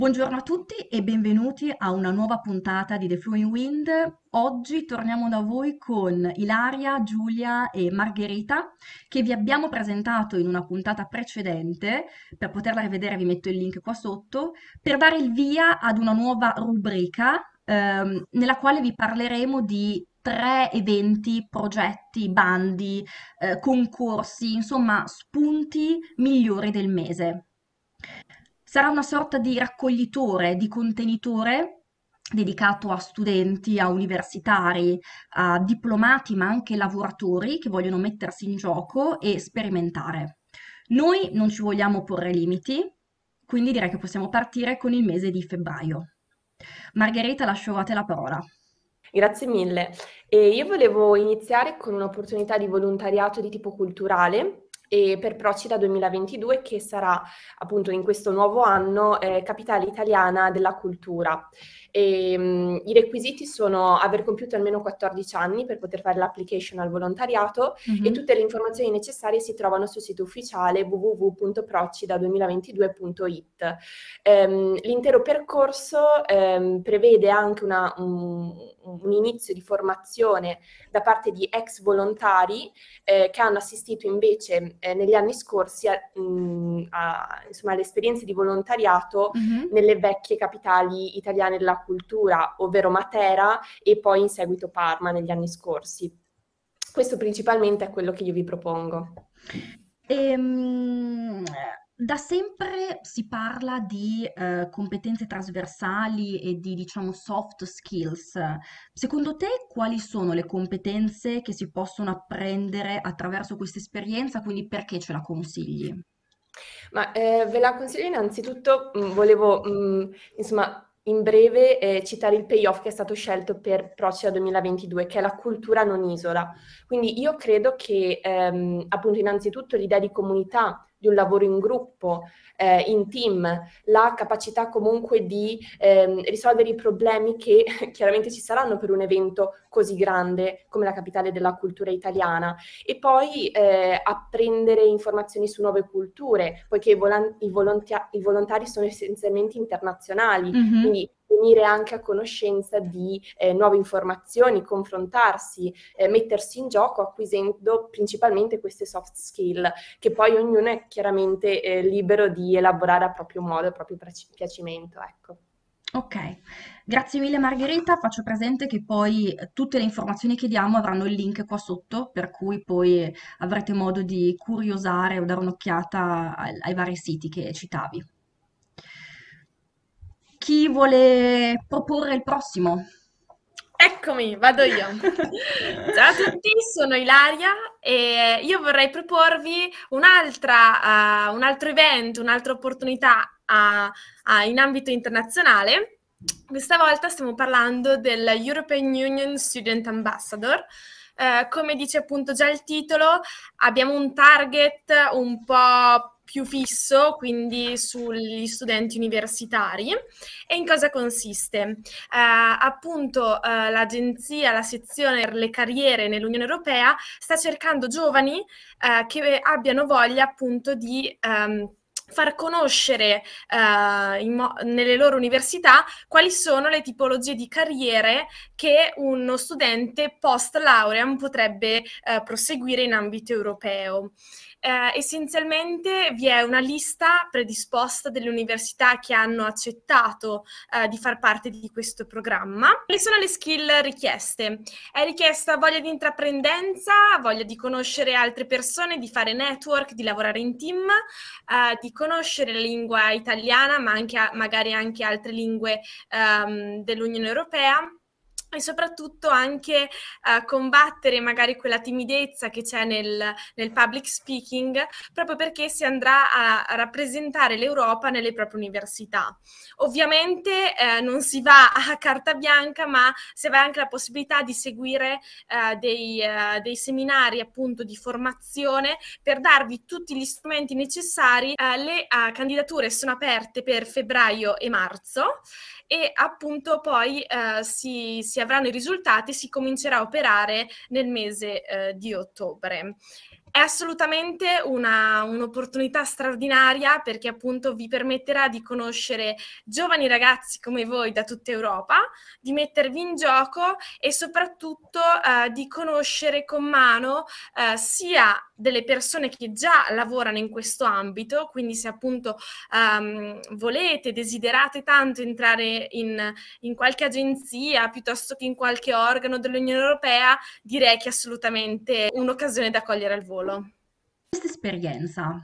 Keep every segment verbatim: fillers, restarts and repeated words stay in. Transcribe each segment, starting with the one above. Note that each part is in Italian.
Buongiorno a tutti e benvenuti a una nuova puntata di The Flowing Wind. Oggi torniamo da voi con Ilaria, Giulia e Margherita, che vi abbiamo presentato in una puntata precedente. Per poterla rivedere vi metto il link qua sotto, per dare il via ad una nuova rubrica ehm, nella quale vi parleremo di tre eventi, progetti, bandi, eh, concorsi, insomma spunti migliori del mese. Sarà una sorta di raccoglitore, di contenitore dedicato a studenti, a universitari, a diplomati, ma anche lavoratori che vogliono mettersi in gioco e sperimentare. Noi non ci vogliamo porre limiti, quindi direi che possiamo partire con il mese di febbraio. Margherita, lascio a te la parola. Grazie mille. E io volevo iniziare con un'opportunità di volontariato di tipo culturale e per Procida duemilaventidue, che sarà appunto in questo nuovo anno eh, capitale italiana della cultura. E, mh, i requisiti sono aver compiuto almeno quattordici anni per poter fare l'application al volontariato e Mhm. tutte le informazioni necessarie si trovano sul sito ufficiale w w w punto procida duemilaventidue punto i t. Ehm, l'intero percorso ehm, prevede anche una, un, un inizio di formazione da parte di ex volontari eh, che hanno assistito invece eh, negli anni scorsi a, mh, a, insomma, alle esperienze di volontariato Mhm. nelle vecchie capitali italiane della cultura, ovvero Matera e poi in seguito Parma negli anni scorsi. Questo principalmente è quello che io vi propongo. Ehm, da sempre si parla di eh, competenze trasversali e di, diciamo, soft skills. Secondo te, quali sono le competenze che si possono apprendere attraverso questa esperienza? Quindi perché ce la consigli? Ma eh, ve la consiglio innanzitutto, mh, volevo mh, insomma in breve eh, citare il payoff che è stato scelto per Procida duemilaventidue, che è la cultura non isola. Quindi io credo che ehm, appunto innanzitutto l'idea di comunità, di un lavoro in gruppo, eh, in team, la capacità comunque di ehm, risolvere i problemi che chiaramente ci saranno per un evento così grande come la capitale della cultura italiana e poi eh, apprendere informazioni su nuove culture, poiché i, volan- i volontia- i volontari sono essenzialmente internazionali, Mhm. quindi venire anche a conoscenza di eh, nuove informazioni, confrontarsi, eh, mettersi in gioco acquisendo principalmente queste soft skill, che poi ognuno è chiaramente eh, libero di elaborare a proprio modo, a proprio piacimento, ecco. Ok, grazie mille Margherita, faccio presente che poi eh, tutte le informazioni che diamo avranno il link qua sotto, per cui poi avrete modo di curiosare o dare un'occhiata ai, ai vari siti che citavi. Chi vuole proporre il prossimo? Eccomi, vado io. Ciao a tutti, sono Ilaria e io vorrei proporvi un'altra, uh, un altro evento, un'altra opportunità a- a- in ambito internazionale. Questa volta stiamo parlando del European Union Student Ambassador. Eh, come dice appunto già il titolo, abbiamo un target un po' più fisso, quindi sugli studenti universitari. E in cosa consiste? Eh, appunto, eh, l'agenzia, la sezione per le carriere nell'Unione Europea sta cercando giovani eh, che abbiano voglia appunto di ehm, far conoscere eh, in mo- nelle loro università quali sono le tipologie di carriere che uno studente post lauream potrebbe eh, proseguire in ambito europeo. Eh, essenzialmente vi è una lista predisposta delle università che hanno accettato eh, di far parte di questo programma. Quali sono le skill richieste? È richiesta voglia di intraprendenza, voglia di conoscere altre persone, di fare network, di lavorare in team, eh, di conoscere la lingua italiana, ma anche magari anche altre lingue ehm, dell'Unione Europea. E soprattutto anche uh, combattere magari quella timidezza che c'è nel, nel public speaking, proprio perché si andrà a, a rappresentare l'Europa nelle proprie università. Ovviamente eh, non si va a carta bianca, ma si aveva anche la possibilità di seguire eh, dei, eh, dei seminari appunto di formazione per darvi tutti gli strumenti necessari. Eh, le eh, candidature sono aperte per febbraio e marzo e appunto poi eh, si, si avranno i risultati e si comincerà a operare nel mese eh, di ottobre. È assolutamente una un'opportunità straordinaria perché appunto vi permetterà di conoscere giovani ragazzi come voi da tutta Europa, di mettervi in gioco e soprattutto, ehm, di conoscere con mano, ehm, sia delle persone che già lavorano in questo ambito, quindi se appunto, ehm, volete, desiderate tanto entrare in in qualche agenzia, piuttosto che in qualche organo dell'Unione Europea, direi che è assolutamente un'occasione da cogliere al volo. Questa esperienza,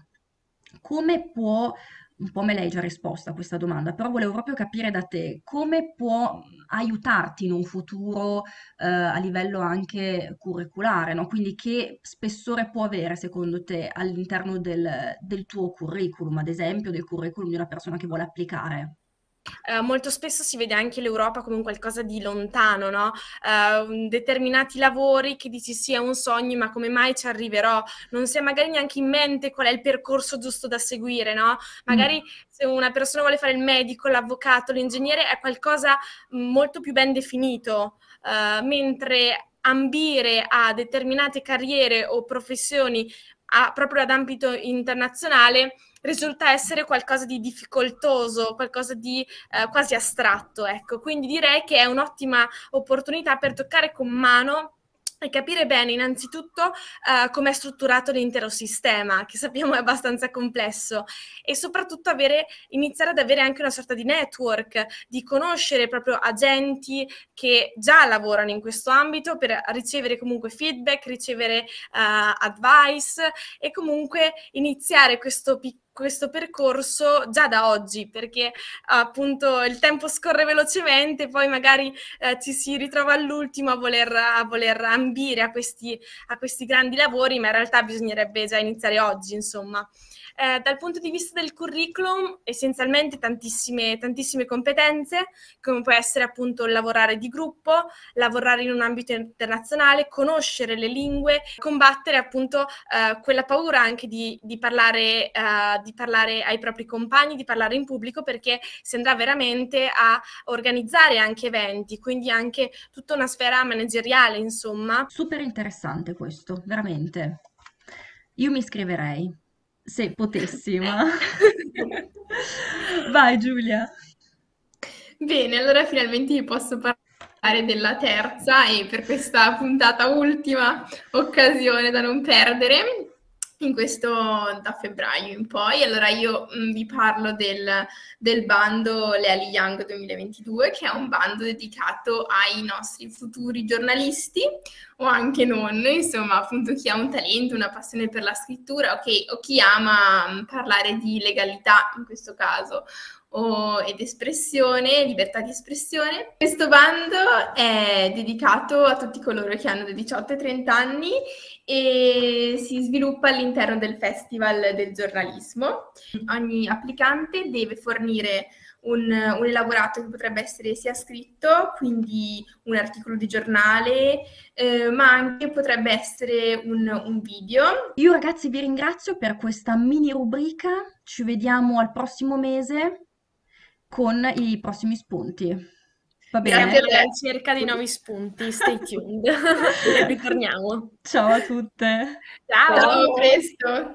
come può, un po' me l'hai già risposta a questa domanda, però volevo proprio capire da te, come può aiutarti in un futuro eh, a livello anche curriculare, no? Quindi che spessore può avere secondo te all'interno del, del tuo curriculum, ad esempio del curriculum di una persona che vuole applicare? Eh, molto spesso si vede anche l'Europa come un qualcosa di lontano, no? Eh, determinati lavori che dici sì è un sogno, ma come mai ci arriverò? Non si ha magari neanche in mente qual è il percorso giusto da seguire, no? Magari Mm. se una persona vuole fare il medico, l'avvocato, l'ingegnere è qualcosa molto più ben definito, eh, mentre ambire a determinate carriere o professioni a, proprio ad ambito internazionale risulta essere qualcosa di difficoltoso, qualcosa di eh, quasi astratto, ecco. Quindi direi che è un'ottima opportunità per toccare con mano e capire bene innanzitutto uh, come è strutturato l'intero sistema, che sappiamo è abbastanza complesso, e soprattutto avere, iniziare ad avere anche una sorta di network, di conoscere proprio agenti che già lavorano in questo ambito per ricevere comunque feedback, ricevere uh, advice e comunque iniziare questo piccolo questo percorso già da oggi, perché appunto il tempo scorre velocemente, poi magari eh, ci si ritrova all'ultimo a voler, a voler ambire a questi, a questi grandi lavori, ma in realtà bisognerebbe già iniziare oggi, insomma. Eh, dal punto di vista del curriculum, essenzialmente tantissime, tantissime competenze, come può essere appunto lavorare di gruppo, lavorare in un ambito internazionale, conoscere le lingue, combattere appunto eh, quella paura anche di, di, parlare, eh, di parlare ai propri compagni, di parlare in pubblico, perché si andrà veramente a organizzare anche eventi, quindi anche tutta una sfera manageriale, insomma. Super interessante questo, veramente. Io mi iscriverei, se potessi, ma... Vai Giulia. Bene, allora finalmente vi posso parlare della terza e per questa puntata ultima occasione da non perdere, in questo da febbraio in poi. Allora io mh, vi parlo del, del bando Leali Young duemilaventidue, che è un bando dedicato ai nostri futuri giornalisti o anche non, insomma appunto chi ha un talento, una passione per la scrittura o, che, o chi ama mh, parlare di legalità in questo caso o, ed espressione, libertà di espressione. Questo bando è dedicato a tutti coloro che hanno dai diciotto ai trenta anni e si sviluppa all'interno del Festival del giornalismo. Ogni applicante deve fornire un, un elaborato che potrebbe essere sia scritto, quindi un articolo di giornale, eh, ma anche potrebbe essere un, un video. Io ragazzi vi ringrazio per questa mini rubrica, ci vediamo al prossimo mese con i prossimi spunti. Va bene? Grazie alla ricerca di nuovi spunti, stay tuned. E ritorniamo. Ciao a tutte. Ciao, Ciao, a presto.